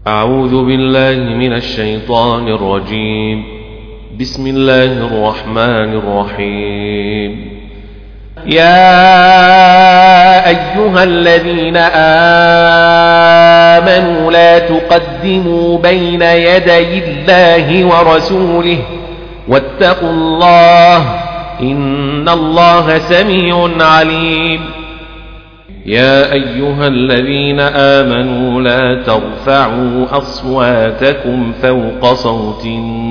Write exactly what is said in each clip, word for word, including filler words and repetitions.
أعوذ بالله من الشيطان الرجيم. بسم الله الرحمن الرحيم. يا أيها الذين آمنوا لا تقدموا بين يدي الله ورسوله واتقوا الله إن الله سميع عليم. يا أيها الذين آمنوا لا ترفعوا أصواتكم فوق صوت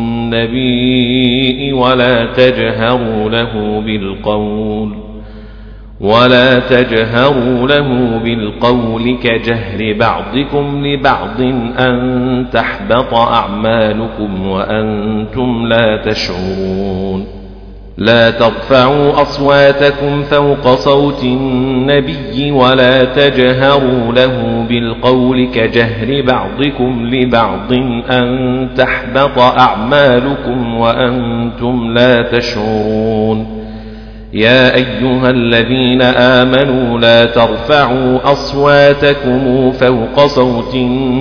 النبي ولا تجهروا له بالقول ولا تجهروا له بالقول كجهر بعضكم لبعض أن تحبط أعمالكم وأنتم لا تشعرون. لا ترفعوا أصواتكم فوق صوت النبي ولا تجهروا له بالقول كجهر بعضكم لبعض أن تحبط أعمالكم وأنتم لا تشعرون. يا أيها الذين آمنوا لا ترفعوا أصواتكم فوق صوت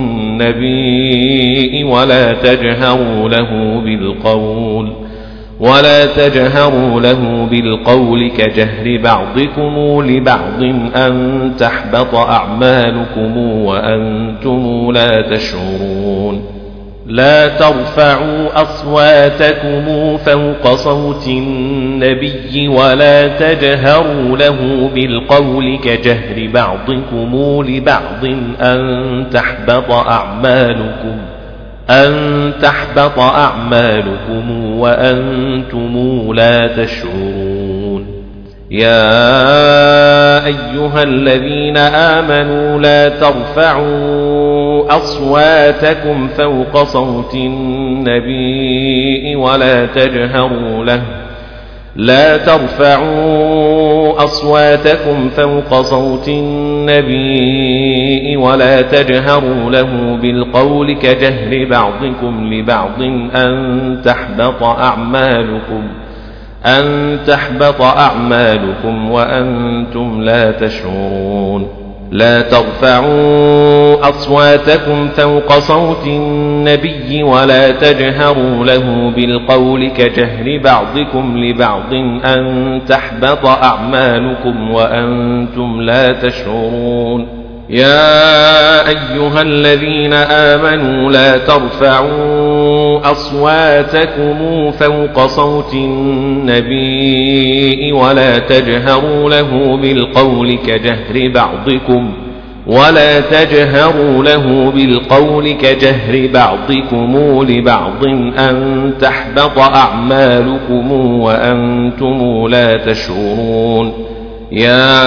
النبي ولا تجهروا له بالقول ولا تجهروا له بالقول كجهر بعضكم لبعض أن تحبط أعمالكم وأنتم لا تشعرون. لا ترفعوا أصواتكم فوق صوت النبي ولا تجهروا له بالقول كجهر بعضكم لبعض أن تحبط أعمالكم أن تحبط أعمالكم وأنتم لا تشعرون. يا أيها الذين آمنوا لا ترفعوا أصواتكم فوق صوت النبي ولا تجهروا له لا ترفعوا أصواتكم فوق صوت النبي ولا تجهروا له بالقول كجهر بعضكم لبعض أن تحبط أعمالكم أن تحبط أعمالكم وأنتم لا تشعرون. لا ترفعوا أصواتكم فوق صوت النبي ولا تجهروا له بالقول كجهر بعضكم لبعض أن تحبط أعمالكم وأنتم لا تشعرون. يا أيها الذين آمنوا لا ترفعوا أصواتكم فوق صوت النبي ولا تجهروا له بالقول كجهر بعضكم ولا تجهروا له بالقول كجهر بعضكم لبعض أن تحبط أعمالكم وأنتم لا تشعرون. يا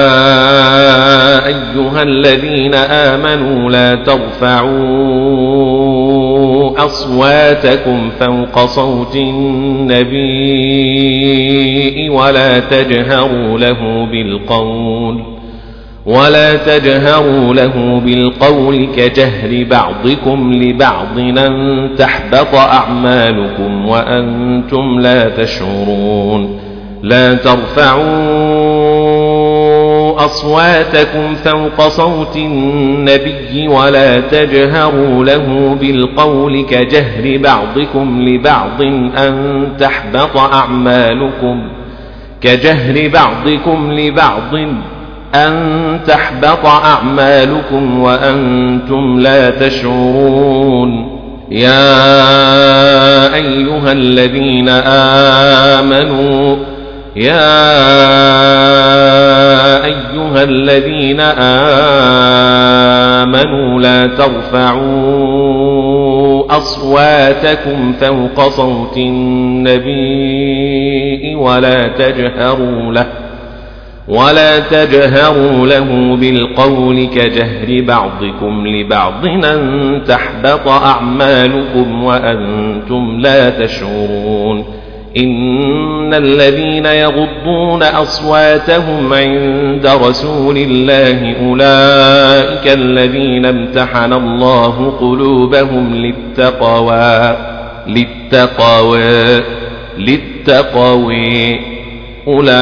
أيها الذين آمنوا لا ترفعوا أصواتكم فوق صوت النبي ولا تجهروا له بالقول ولا تجهروا له بالقول كجهر بعضكم لبعض أن تحبط أعمالكم وأنتم لا تشعرون. لا ترفعوا أصواتكم فوق صوت النبي ولا تجهروا له بالقول كجهر بعضكم لبعض أن تحبط أعمالكم كجهر بعضكم لبعض أن تحبط أعمالكم وأنتم لا تشعرون. يا أيها الذين آمنوا يا أيها الذين آمنوا لا ترفعوا أصواتكم فوق صوت النبي ولا تجهروا له ولا تجهروا له بالقول كجهر بعضكم لبعض أن تحبط أعمالكم وأنتم لا تشعرون. إن الذين يغضون أصواتهم عند رسول الله أولئك الذين امتحن الله قلوبهم للتقوى للتقوى للتقوى أولئك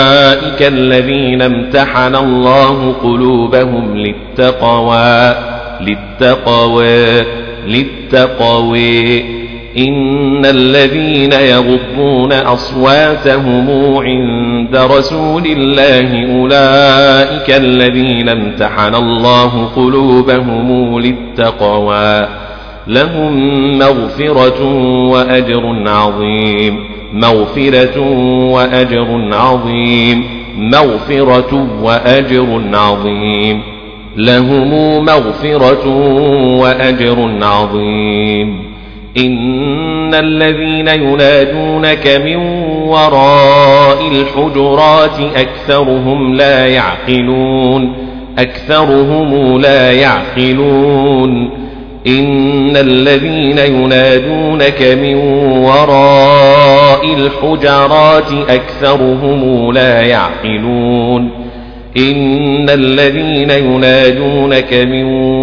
الذين امتحن الله قلوبهم للتقوى للتقوى للتقوى إن الذين يغضون أصواتهم عند رسول الله أولئك الذين امتحن الله قلوبهم للتقوى لهم مغفرة وأجر عظيم مغفرة وأجر عظيم مغفرة وأجر عظيم لهم مغفرة وأجر عظيم إن الذين ينادونك من وراء الحجرات أكثرهم لا يعقلون أكثرهم لا يعقلون إن الذين ينادونك من وراء الحجرات أكثرهم لا يعقلون إن الذين ينادونك من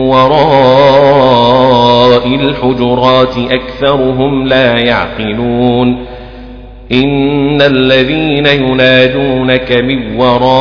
وراء الحجرات أكثرهم لا يعقلون إن الذين ينادونك من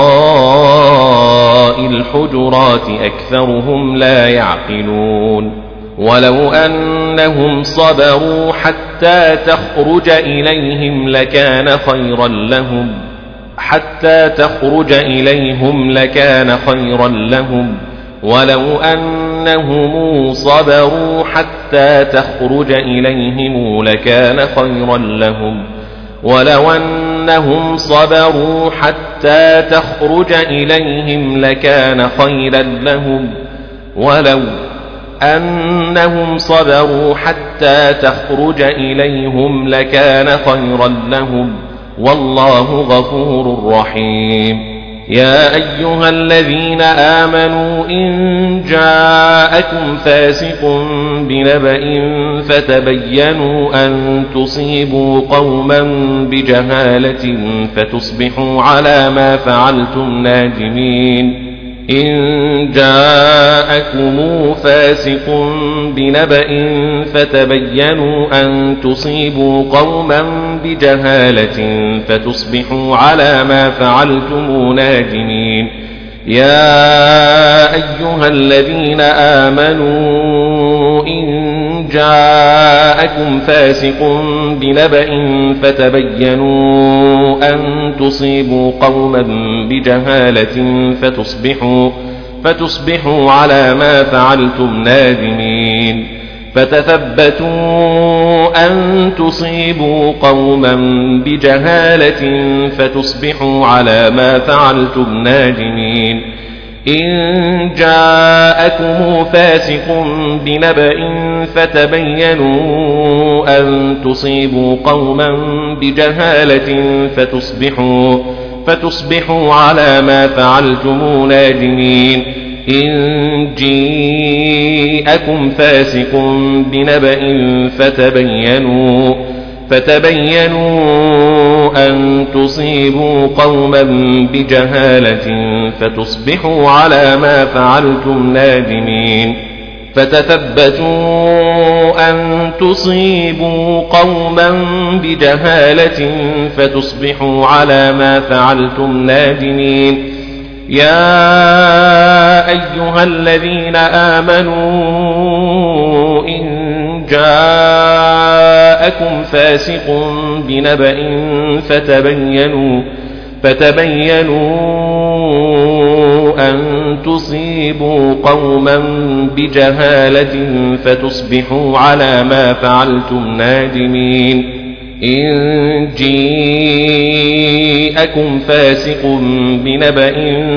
وراء الحجرات أكثرهم لا يعقلون ولو أنهم صبروا حتى تخرج إليهم لكان خيرا لهم حتى تخرج إليهم لكان خيرا لهم ولو أنهم صبروا حتى تخرج إليهم لكان خيرا لهم ولو أنهم صبروا حتى تخرج إليهم لكان خيرا لهم ولو أنهم صبروا حتى تخرج إليهم لكان خيرا لهم والله غفور رحيم يا أيها الذين آمنوا إن جاءكم فاسق بنبأ فتبينوا أن تصيبوا قوما بجهالة فتصبحوا على ما فعلتم نادمين إن جاءكم فاسق بنبأ فتبينوا أن تصيبوا قوما بجهالة فتصبحوا على ما فعلتم نادمين يا أيها الذين آمنوا إن جاءكم فاسق بنبأ فتبينوا أن تصيبوا قوما بجهالة فتصبحوا فتصبحوا على ما فعلتم نادمين فتثبتوا أن تصيبوا قوما بجهالة فتصبحوا على ما فعلتم نادمين إن جاءكم فاسق بنبأ فتبينوا أن تصيبوا قوما بجهالة فتصبحوا فتصبحوا على ما فعلتم نادمين إن جاءكم فاسق بنبأ فتبينوا فتبينوا أن تصيبوا قوما بجهالة فتصبحوا على ما فعلتم نادمين فتثبتوا أن تصيبوا قوما بجهالة فتصبحوا على ما فعلتم نادمين يا أيها الذين آمنوا إن جاءكم فاسق بنبأ فتبينوا فتبينوا أن تصيبوا قوما بجهالة فتصبحوا على ما فعلتم نادمين إن جاءكم فاسق بنبأ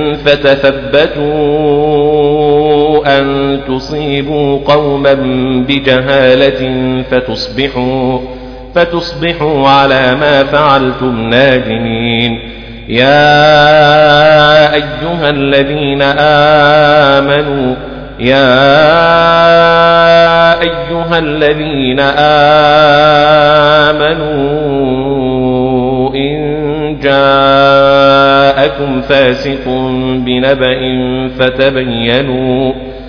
فتثبتوا أن تصيبوا قوما بجهالة فتصبحوا فتصبحوا على ما فعلتم نادمين يا أيها الذين آمنوا يا أيها الذين آمنوا إن جاءكم فاسق بنبأ فتبينوا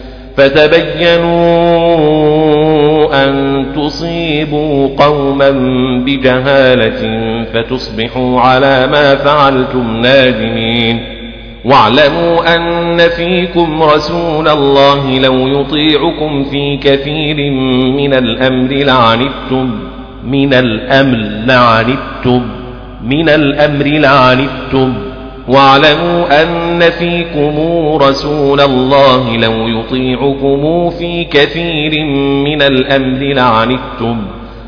فتبينوا أن تصيبوا قوما بجهالة فتصبحوا على ما فعلتم نادمين واعلموا أن أن فيكم رسول الله لو يطيعكم في كثير من الأمر لعنتم من الأمر لعنتم من الأمر لعنتم واعلموا أن فيكم رسول الله لو يطيعكم في كثير من الأمر لعنتم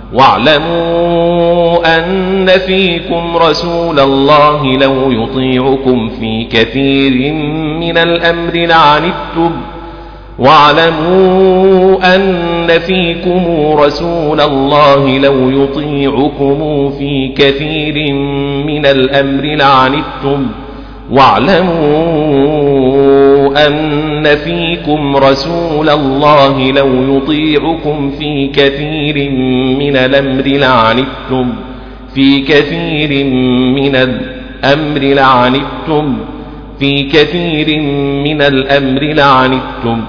واعلموا أن فيكم رسول الله لو يطيعكم في كثير من الأمر لعنتم واعلموا أن فيكم رسول الله لو يطيعكم في كثير من الأمر لعنتم واعلموا أن فيكم رسول الله لو يطيعكم في كثير من الأمر لعنتم في كثير من الأمر لعنتم في كثير من الأمر لعنتم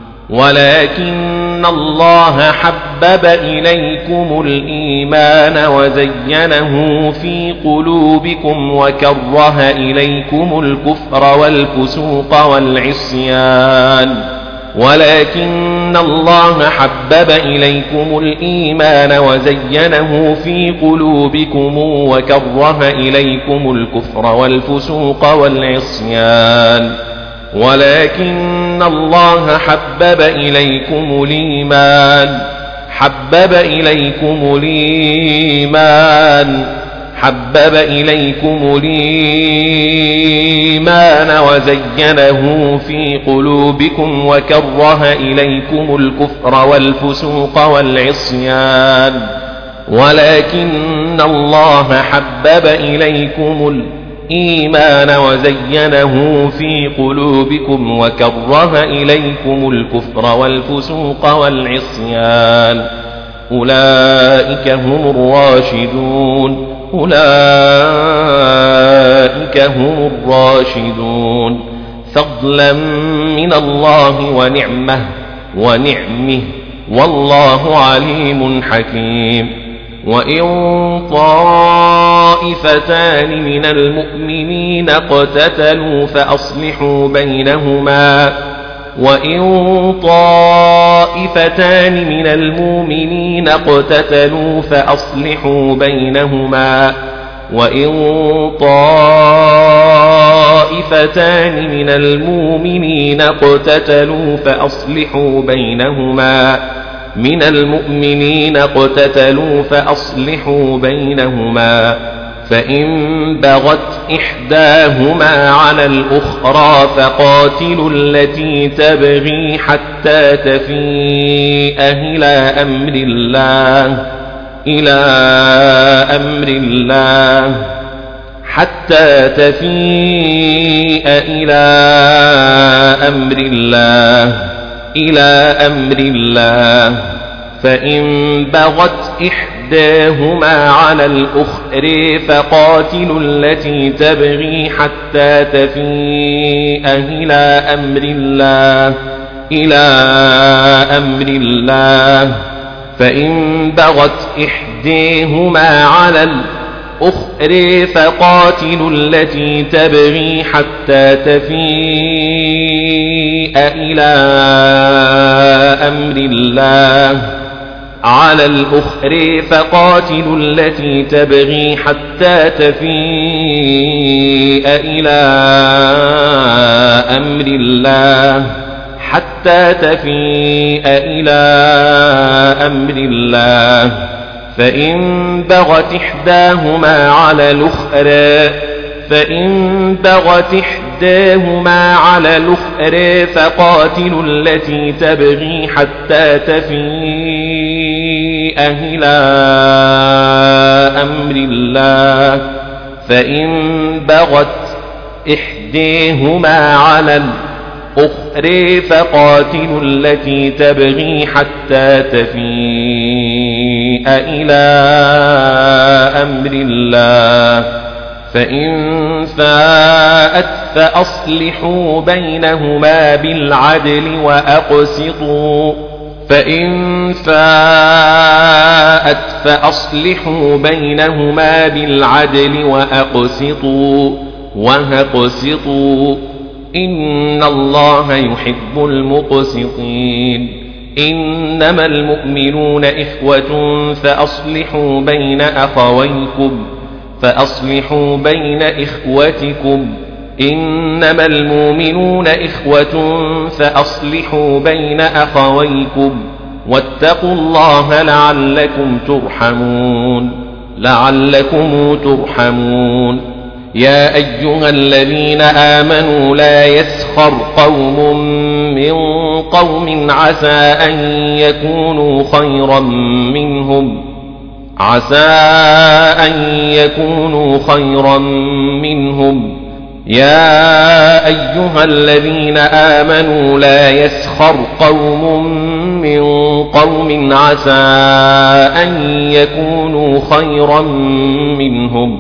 ولكن الله حبب إليكم الإيمان وزينه في قلوبكم وكره إليكم الكفر والفسوق والعصيان ولكن الله حبب إليكم الإيمان وزينه في قلوبكم وكره إليكم الكفر والفسوق والعصيان ولكن الله حبب إليكم الإيمان حبب إليكم الإيمان حبب إليكم الإيمان وزينه في قلوبكم وكره إليكم الكفر والفسوق والعصيان ولكن الله حبب إليكم الإيمان وزينه في قلوبكم وكره إليكم الكفر والفسوق والعصيان أولئك هم الراشدون أولئك هم الراشدون فضلا من الله ونعمه ونعمه والله عليم حكيم وإن طائفتان من المؤمنين اقتتلوا فأصلحوا بينهما وإن طائفتان من المؤمنين اقتتلوا فأصلحوا بينهما وإن طائفتان من المؤمنين اقتتلوا فأصلحوا بينهما من المؤمنين اقتتلوا فأصلحوا بينهما فإن بغت إحداهما على الأخرى فقاتلوا التي تبغي حتى تفيء إلى أمر الله إلى أمر الله حتى تفيء إلى أمر الله إلى أمر الله فإن بغت إحداهما على الأخرى فقاتلوا التي تبغي حتى تفيء إلى أمر الله إلى أمر الله فإن بغت إحداهما على الأخرى فقاتلوا التي تبغي حتى تفيء إلى أمر الله على الأخرى فقاتلوا التي تبغي حتى تفيء إلى أمر الله حتى تفيء إلى أمر الله فإن بغت إحداهما على الأخرى فإن بغت إحداهما على الأخرى فقاتلوا التي تبغي حتى تفيء إلى أمر الله فإن بغت إحداهما على الأخرى فقاتلوا التي تبغي حتى تفيء إلى أمر الله فإن فاءت فأصلحوا بينهما بالعدل وأقسطوا فإن فاءت فأصلحوا بينهما بالعدل وأقسطوا وأقسطوا إن الله يحب المقسطين إنما المؤمنون إخوة فأصلحوا بين أخويكم فأصلحوا بين إخوتكم إنما المؤمنون إخوة فأصلحوا بين أخويكم واتقوا الله لعلكم ترحمون لعلكم ترحمون يا أيها الذين آمنوا لا يسخر قوم من قوم عسى أن يكونوا خيرا منهم عسى أن يكونوا خيرا منهم يا أيها الذين آمنوا لا يسخر قوم من قوم عسى أن يكونوا خيرا منهم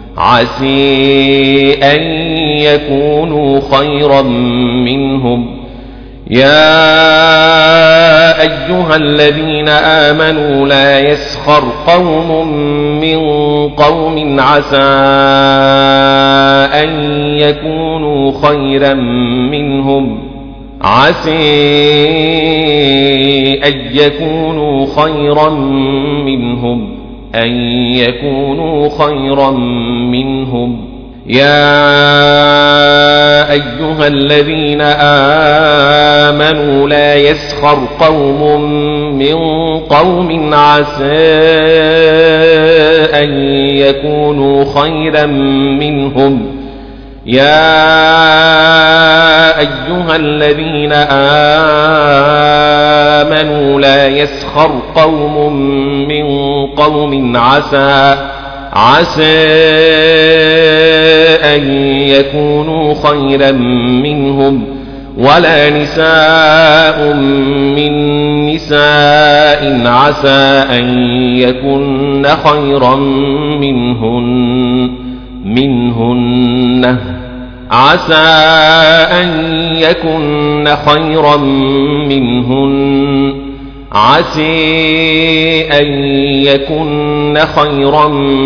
عسى أن يكونوا خيرا منهم يا أيها الذين آمنوا لا يسخر قوم من قوم عسى أن يكونوا خيرا منهم عسى أن يكونوا خيرا منهم أن يكونوا خيرا منهم يا أيها الذين آمنوا لا يسخر قوم من قوم عسى أن يكونوا خيرا منهم يا أيها الذين آمنوا لا يسخر قوم من قوم عسى عسى أن يكونوا خيرا منهم ولا نساء من نساء عسى أن يكن خيرا منهن منهن عسى أن يكن خيرا منهن عسى أن يكن خيرا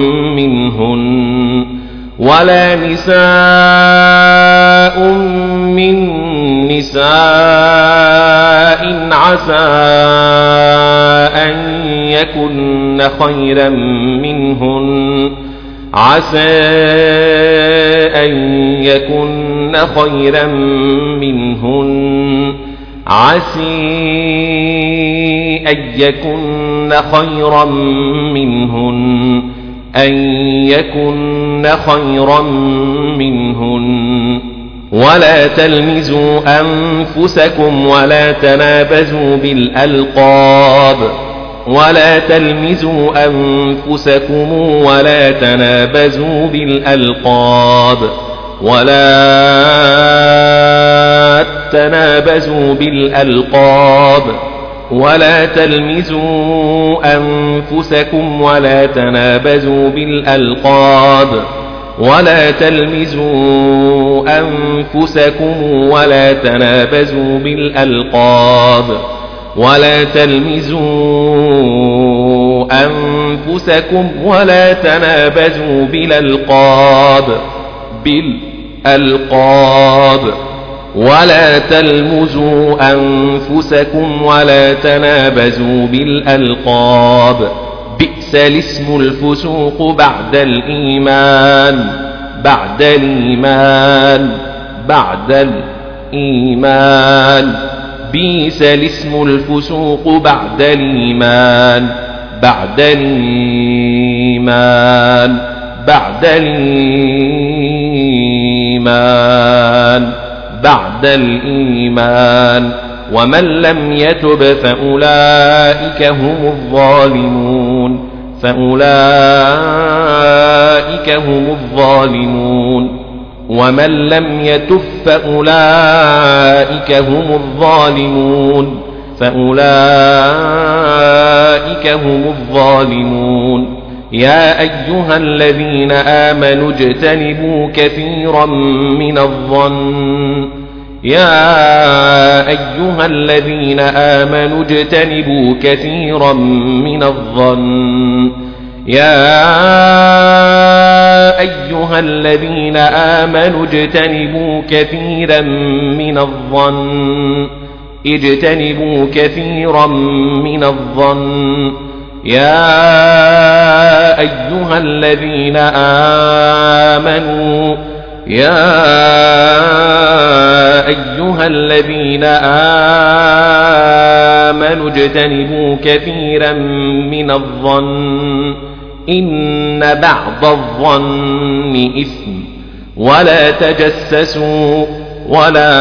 منهن ولا نساء من نساء عسى أن يكن خيرا منهن عسى أن يكن خيرا منهن عسى أن يكن خيرا منهن أن يكن خيرا منهن ولا تلمزوا أنفسكم ولا تنابزوا بالألقاب ولا تلمزوا أنفسكم ولا تنابزوا بالألقاب ولا تنابزوا بالألقاب ولا تلمزوا أنفسكم ولا تنابزوا بالألقاب ولا تلمزوا أنفسكم ولا تنابزوا بالألقاب ولا تلمزوا أنفسكم ولا تنابزوا بالألقاب بالألقاب ولا تلمزوا أنفسكم ولا تنابزوا بالألقاب بئس الاسم الفسوق بعد الإيمان بعد الإيمان بعد الإيمان بئس الاسم الفسوق بعد الإيمان بعد الإيمان بعد الإيمان بعد الإيمان ومن لم يتب فأولئك هم الظالمون فأولئك هم الظالمون ومن لم يتب فأولئك هم الظالمون فأولئك هم الظالمون يا أيها الذين آمنوا اجتنبوا كثيرا من الظن يا أيها الذين آمنوا اجتنبوا كثيرا من الظن يا أيها الذين آمنوا اجتنبوا كثيرا من الظن اجتنبوا كثيرا من الظن يا أيها الذين آمنوا يا أيها الذين آمنوا اجتنبوا كثيرا من الظن إن بعض الظن إثم ولا تجسسوا ولا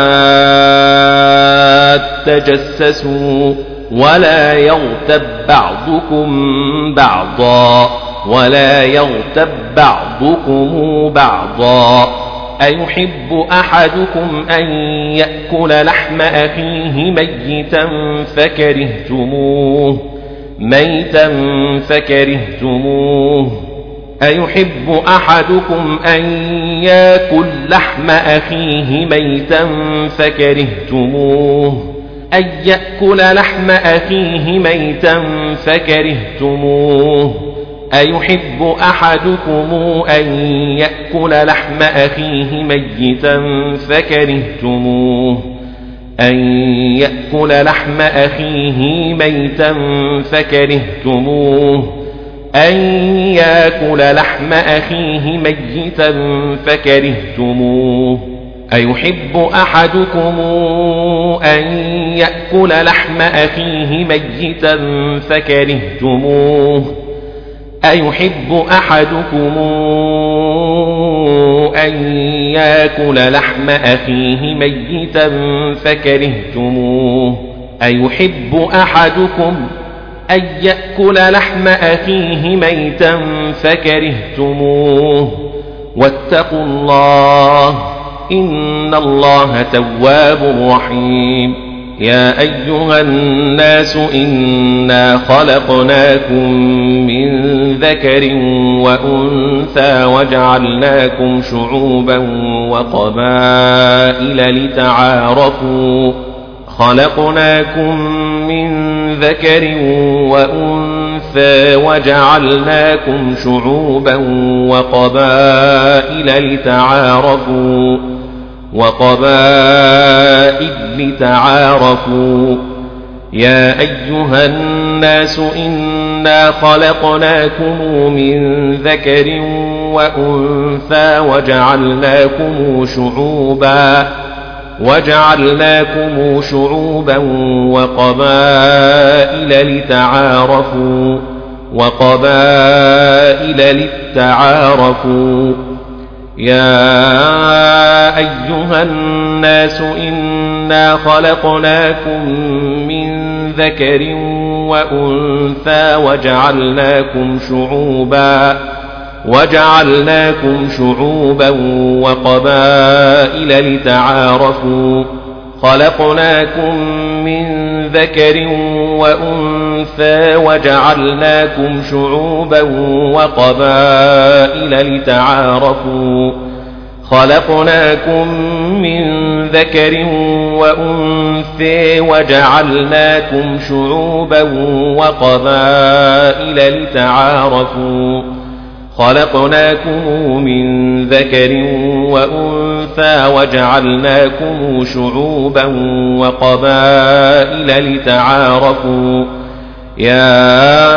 تجسسوا ولا يغتب بعضكم بعضا ولا يغتب بعضكم بعضا أيحب أحدكم أن يأكل لحم أخيه ميتا فكرهتموه ميتا فكرهتموه أيحب أحدكم أن يأكل لحم أخيه ميتا فكرهتموه أن يأكل لحم أخيه ميتا فكرهتموه أيحب أحدكم أن يأكل لحم أخيه ميتا فكرهتموه أن يأكل لحم أخيه ميتا فكرهتموه أن يأكل لحم أخيه ميتا فكرهتموه أيحب أحدكم أن يأكل لحم أخيه ميتا فكرهتموه أيحب أحدكم أن يأكل لحم أخيه ميتا فكرهتموه أيحب أحدكم أن يأكل لحم أخيه ميتا فكرهتموه واتقوا الله إن الله تواب رحيم يا أيها الناس إنا خلقناكم من ذكر وأنثى وجعلناكم شعوبا وقبائل لتعارفوا خلقناكم من ذكر وأنثى وجعلناكم شعوبا وقبائل لتعارفوا وقبائل لتعارفوا يا أيها الناس إنا خلقناكم من ذكر وأنثى وجعلناكم شعوبا وجعلناكم شعوبا وقبائل لتعارفوا وقبائل لتعارفوا يا أيها الناس إنا خلقناكم من ذكر وأنثى وجعلناكم شعوبا وجعلناكم شعوبا وقبائل لتعارفوا خلقناكم من ذكر وأنثى وجعلناكم شعوبا وقبائل لتعارفوا خلقناكم من ذكر وأنثى وجعلناكم شعوبا وقبائل لتعارفوا خلقناكم من ذكر وأنثى وجعلناكم شعوبا وقبائل لتعارفوا يا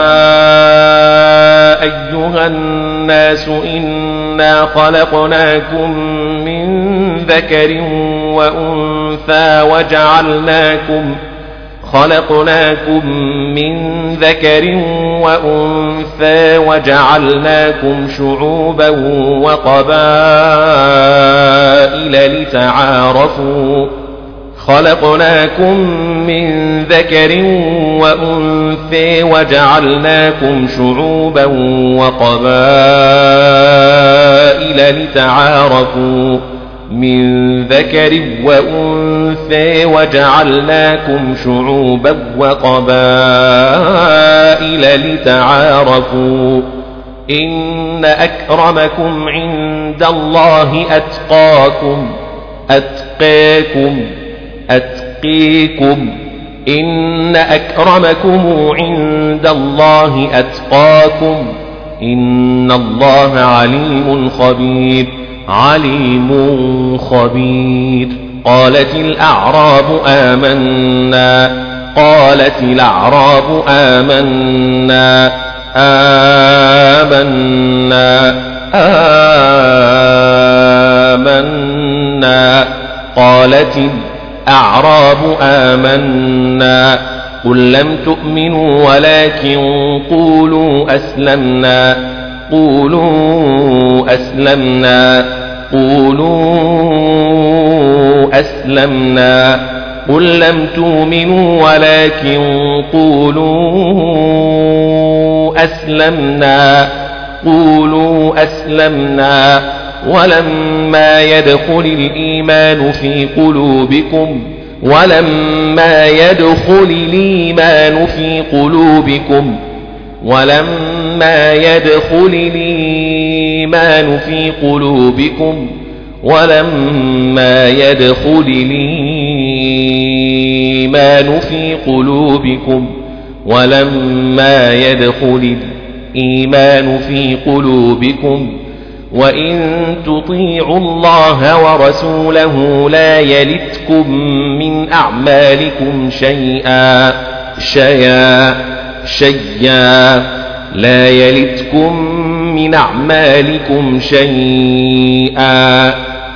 أيها الناس إنا خلقناكم من ذكر وأنثى وجعلناكم خلقناكم من ذكر وأنثى وجعلناكم شعوبا وقبائل لتعارفوا خلقناكم من ذكر وأنثى وجعلناكم شعوبا وقبائل لتعارفوا من ذكر وأنثى وجعلناكم شعوبا وقبائل لتعارفوا إن أكرمكم عند الله أتقاكم أتقاكم أتقيكم إن أكرمكم عند الله أتقاكم إن الله عليم خبير عليم خبير. قالت الأعراب آمنا قالت الأعراب آمنا آمنا آمنا قالت الأعراب آمنا قل لم تؤمنوا ولكن قولوا أسلمنا قولوا أسلمنا قولوا أسلمنا قل لم تؤمنوا ولكن قولوا أسلمنا قولوا أسلمنا ولما يدخل الإيمان في قلوبكم ولما يدخل الإيمان في قلوبكم ولما يدخل الإيمان في قلوبكم ولما يدخل الإيمان في قلوبكم ولما يدخل الإيمان في قلوبكم وإن تطيعوا الله ورسوله لا يلتكم من أعمالكم شيئا شيئا شيئا لا يلتكم من أعمالكم شيئا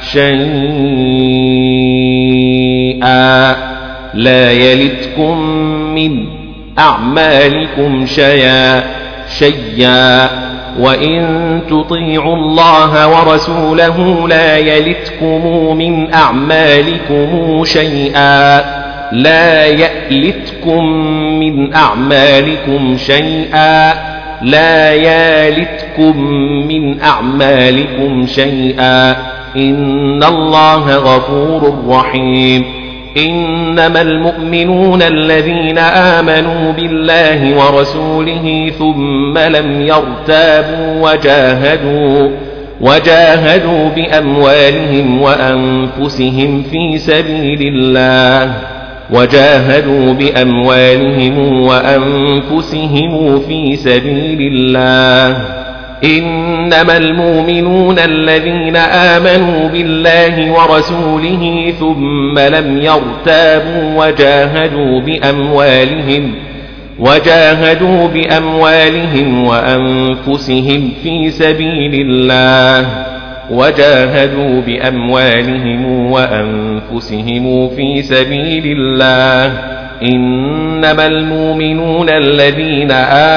شيئا لا يلتكم من أعمالكم شيئا شيئا وإن تطيعوا الله ورسوله لا يلتكم من أعمالكم شيئا لا يلتكم من أعمالكم شيئا لا يلتكم من أعمالكم شيئا إن الله غفور رحيم. إنما المؤمنون الذين آمنوا بالله ورسوله ثم لم يرتابوا وجاهدوا وجاهدوا بأموالهم وأنفسهم في سبيل الله وجاهدوا بأموالهم وأنفسهم في سبيل الله. إنما المؤمنون الذين آمنوا بالله ورسوله ثم لم يرتابوا وجاهدوا بأموالهم وجاهدوا بأموالهم وأنفسهم في سبيل الله وجاهدوا بأموالهم وأنفسهم في سبيل الله. إنما المؤمنون الذين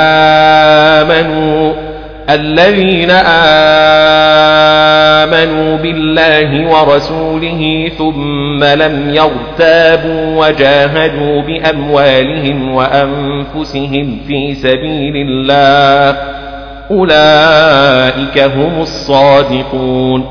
آمنوا الذين آمنوا بالله ورسوله ثم لم يرتابوا وجاهدوا بأموالهم وأنفسهم في سبيل الله أولئك هم الصادقون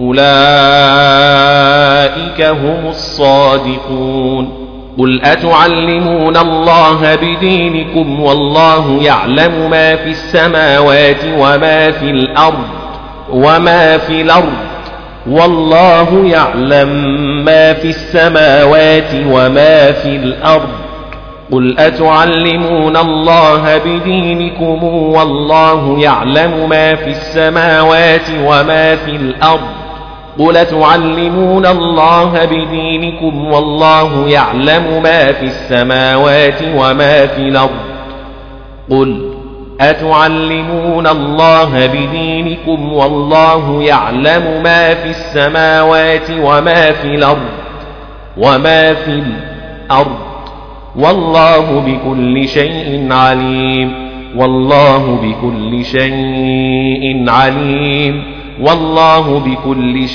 أولئك هم الصادقون. قل أتعلمون الله بدينكم والله يعلم ما في السماوات وما في الأرض وما في الأرض والله يعلم ما في السماوات وما في الأرض. قل أتعلمون الله بدينكم والله يعلم ما في السماوات وما في الأرض قل أتعلمون الله بدينكم والله يعلم ما في السماوات وما في الأرض قل أتعلمون الله بدينكم والله يعلم ما في السماوات وما في الأرض وما في الأرض والله بكل شيء عليم والله بكل شيء عليم والله بكل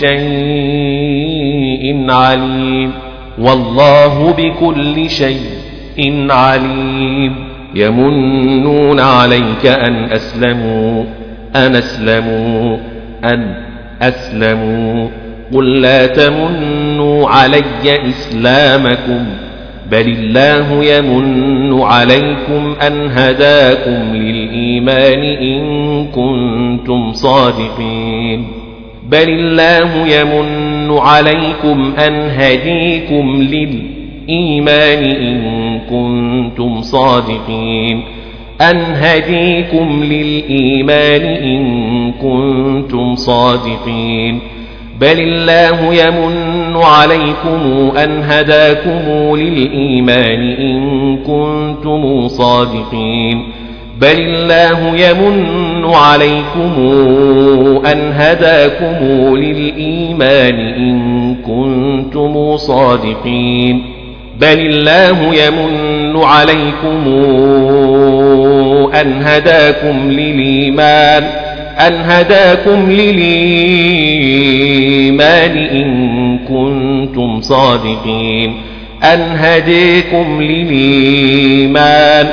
شيء عليم والله بكل شيء عليم. يمنون عليك أن أسلموا أن أسلموا أن أسلموا قل لا تمنوا علي إسلامكم بل الله يمن عليكم أن هداكم للإيمان إن كنتم صادقين بل الله يمن عليكم أن هديكم للإيمان إن كنتم صادقين أن هديكم للإيمان إن كنتم صادقين بل الله يمن عليكم أن هداكم للإيمان إن كنتم صادقين بل الله يمن عليكم أن هداكم للإيمان إن كنتم صادقين بل الله يمن عليكم أن هداكم للإيمان أن هداكم للإيمان إن كنتم صادقين أن هديكم للإيمان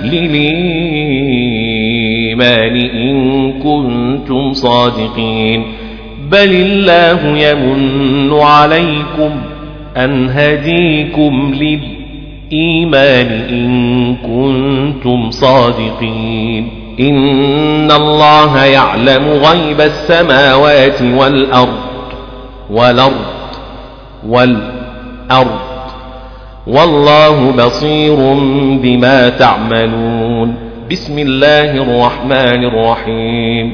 للإيمان إن كنتم صادقين بل الله يمن عليكم أن هديكم للإيمان إن كنتم صادقين إن الله يعلم غيب السماوات والأرض والأرض والأرض والله بصير بما تعملون بسم الله الرحمن الرحيم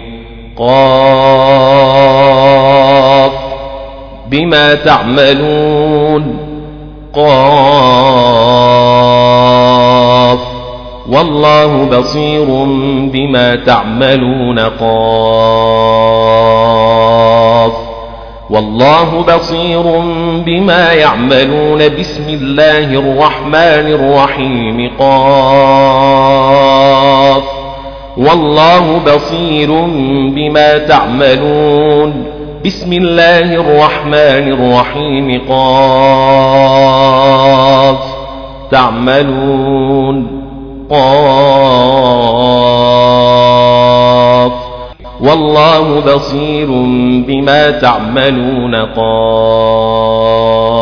قاف بما تعملون قاف والله بصير بما تعملون قاف والله بصير بما يعملون بسم الله الرحمن الرحيم قاف والله بصير بما تعملون بسم الله الرحمن الرحيم قاف تعملون قاف والله بصير بما تعملون قاف